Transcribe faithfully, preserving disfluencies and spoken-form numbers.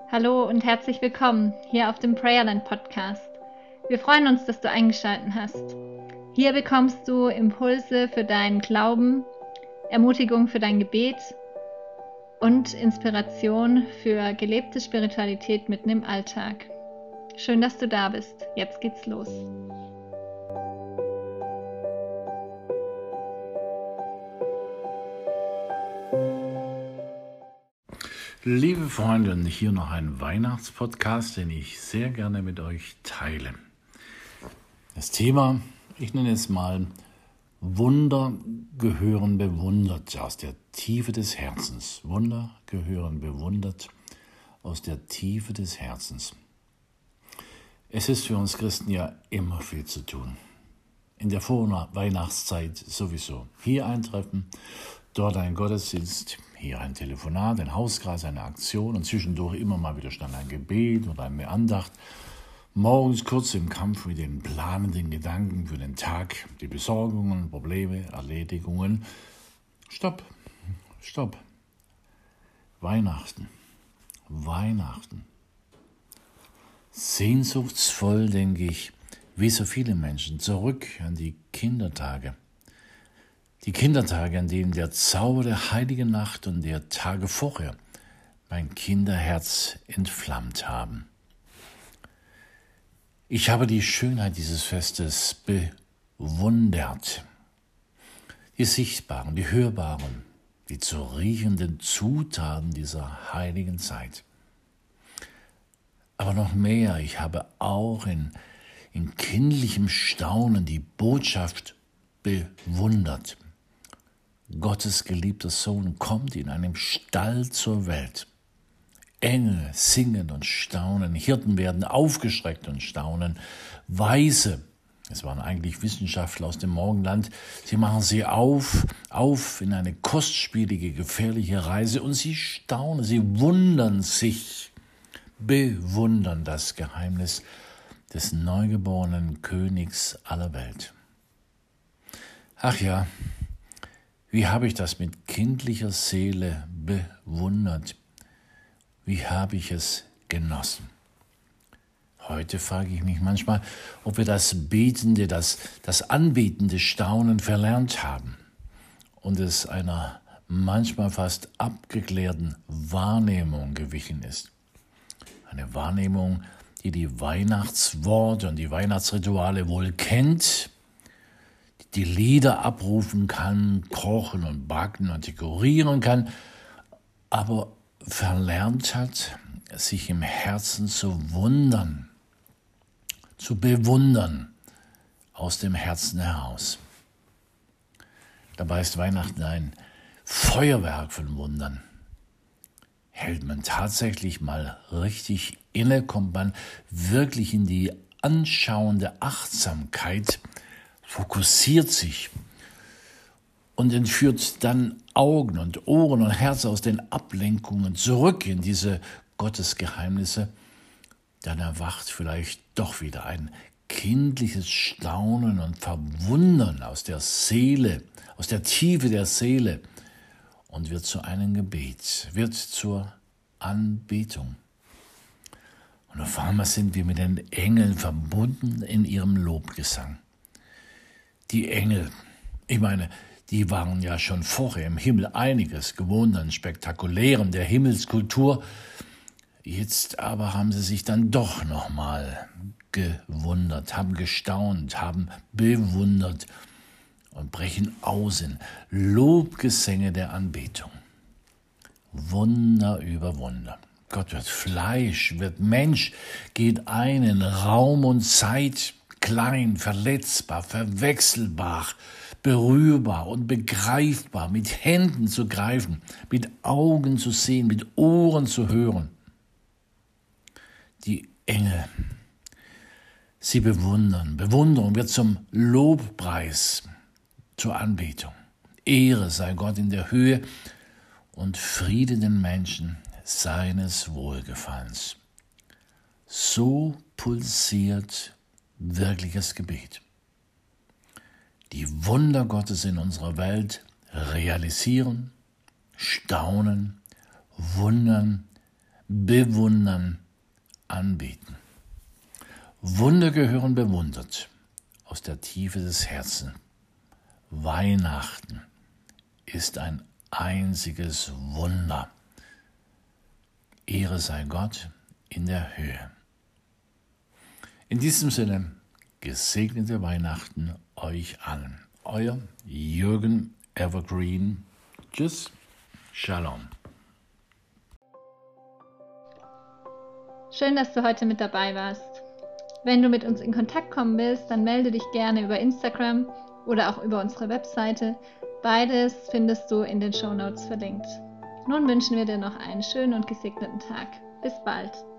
Hallo und herzlich willkommen hier auf dem Prayerland Podcast. Wir freuen uns, dass du eingeschaltet hast. Hier bekommst du Impulse für deinen Glauben, Ermutigung für dein Gebet und Inspiration für gelebte Spiritualität mitten im Alltag. Schön, dass du da bist. Jetzt geht's los. Liebe Freunde, hier noch ein Weihnachtspodcast, den ich sehr gerne mit euch teile. Das Thema, ich nenne es mal, Wunder gehören bewundert aus der Tiefe des Herzens. Wunder gehören bewundert aus der Tiefe des Herzens. Es ist für uns Christen ja immer viel zu tun. In der Vorweihnachtszeit sowieso. Hier ein Treffen, dort ein Gottesdienst, hier ein Telefonat, ein Hauskreis, eine Aktion und zwischendurch immer mal wieder schnell ein Gebet oder eine Andacht. Morgens kurz im Kampf mit den planenden Gedanken für den Tag, die Besorgungen, Probleme, Erledigungen. Stopp, stopp. Weihnachten, Weihnachten. Sehnsuchtsvoll denke ich, wie so viele Menschen, zurück an die Kindertage. Die Kindertage, an denen der Zauber der heiligen Nacht und der Tage vorher mein Kinderherz entflammt haben. Ich habe die Schönheit dieses Festes bewundert. Die sichtbaren, die hörbaren, die zu riechenden Zutaten dieser heiligen Zeit. Aber noch mehr, ich habe auch in, in kindlichem Staunen die Botschaft bewundert. Gottes geliebter Sohn kommt in einem Stall zur Welt. Engel singen und staunen, Hirten werden aufgeschreckt und staunen, Weise, es waren eigentlich Wissenschaftler aus dem Morgenland, sie machen sie auf, auf in eine kostspielige, gefährliche Reise und sie staunen, sie wundern sich, bewundern das Geheimnis des neugeborenen Königs aller Welt. Ach ja, wie habe ich das mit kindlicher Seele bewundert? Wie habe ich es genossen? Heute frage ich mich manchmal, ob wir das betende, das, das anbetende Staunen verlernt haben und es einer manchmal fast abgeklärten Wahrnehmung gewichen ist. Eine Wahrnehmung, die die Weihnachtsworte und die Weihnachtsrituale wohl kennt, die Lieder abrufen kann, kochen und backen und dekorieren kann, aber verlernt hat, sich im Herzen zu wundern, zu bewundern, aus dem Herzen heraus. Dabei ist Weihnachten ein Feuerwerk von Wundern. Hält man tatsächlich mal richtig inne, kommt man wirklich in die anschauende Achtsamkeit, fokussiert sich und entführt dann Augen und Ohren und Herz aus den Ablenkungen zurück in diese Gottesgeheimnisse, dann erwacht vielleicht doch wieder ein kindliches Staunen und Verwundern aus der Seele, aus der Tiefe der Seele und wird zu einem Gebet, wird zur Anbetung. Und auf einmal sind wir mit den Engeln verbunden in ihrem Lobgesang. Die Engel, ich meine, die waren ja schon vorher im Himmel einiges gewohnt an Spektakulären der Himmelskultur. Jetzt aber haben sie sich dann doch nochmal gewundert, haben gestaunt, haben bewundert und brechen aus in Lobgesänge der Anbetung. Wunder über Wunder. Gott wird Fleisch, wird Mensch, geht ein in Raum und Zeit, klein, verletzbar, verwechselbar, berührbar und begreifbar, mit Händen zu greifen, mit Augen zu sehen, mit Ohren zu hören. Die Engel, sie bewundern. Bewunderung wird zum Lobpreis, zur Anbetung. Ehre sei Gott in der Höhe und Friede den Menschen seines Wohlgefallens. So pulsiert wirkliches Gebet. Die Wunder Gottes in unserer Welt realisieren, staunen, wundern, bewundern, anbeten. Wunder gehören bewundert aus der Tiefe des Herzens. Weihnachten ist ein einziges Wunder. Ehre sei Gott in der Höhe. In diesem Sinne, gesegnete Weihnachten euch allen. Euer Jürgen Evergreen. Tschüss, Shalom. Schön, dass du heute mit dabei warst. Wenn du mit uns in Kontakt kommen willst, dann melde dich gerne über Instagram oder auch über unsere Webseite. Beides findest du in den Shownotes verlinkt. Nun wünschen wir dir noch einen schönen und gesegneten Tag. Bis bald.